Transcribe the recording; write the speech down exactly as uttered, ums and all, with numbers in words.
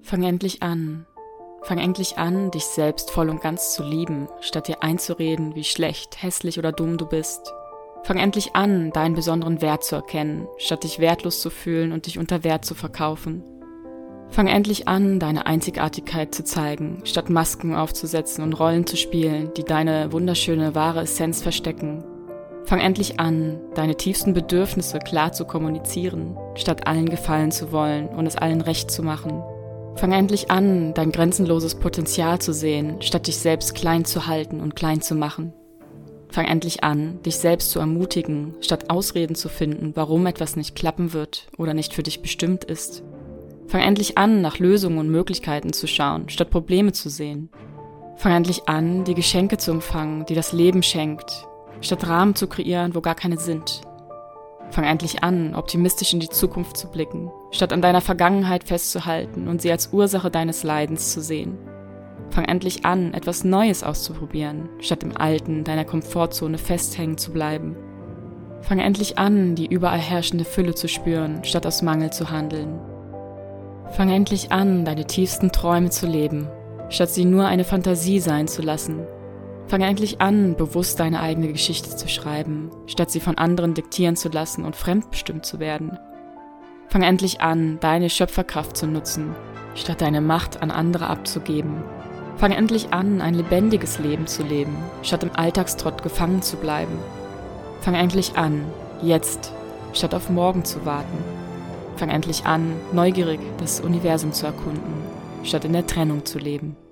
Fang endlich an. Fang endlich an, dich selbst voll und ganz zu lieben, statt dir einzureden, wie schlecht, hässlich oder dumm du bist. Fang endlich an, deinen besonderen Wert zu erkennen, statt dich wertlos zu fühlen und dich unter Wert zu verkaufen. Fang endlich an, deine Einzigartigkeit zu zeigen, statt Masken aufzusetzen und Rollen zu spielen, die deine wunderschöne, wahre Essenz verstecken. Fang endlich an, deine tiefsten Bedürfnisse klar zu kommunizieren, statt allen gefallen zu wollen und es allen recht zu machen. Fang endlich an, dein grenzenloses Potenzial zu sehen, statt dich selbst klein zu halten und klein zu machen. Fang endlich an, dich selbst zu ermutigen, statt Ausreden zu finden, warum etwas nicht klappen wird oder nicht für dich bestimmt ist. Fang endlich an, nach Lösungen und Möglichkeiten zu schauen, statt Probleme zu sehen. Fang endlich an, die Geschenke zu empfangen, die das Leben schenkt, statt Rahmen zu kreieren, wo gar keine sind. Fang endlich an, optimistisch in die Zukunft zu blicken, statt an deiner Vergangenheit festzuhalten und sie als Ursache deines Leidens zu sehen. Fang endlich an, etwas Neues auszuprobieren, statt im Alten, deiner Komfortzone festhängen zu bleiben. Fang endlich an, die überall herrschende Fülle zu spüren, statt aus Mangel zu handeln. Fang endlich an, deine tiefsten Träume zu leben, statt sie nur eine Fantasie sein zu lassen. Fang endlich an, bewusst deine eigene Geschichte zu schreiben, statt sie von anderen diktieren zu lassen und fremdbestimmt zu werden. Fang endlich an, deine Schöpferkraft zu nutzen, statt deine Macht an andere abzugeben. Fang endlich an, ein lebendiges Leben zu leben, statt im Alltagstrott gefangen zu bleiben. Fang endlich an, jetzt, statt auf morgen zu warten. Fang endlich an, neugierig das Universum zu erkunden, statt in der Trennung zu leben.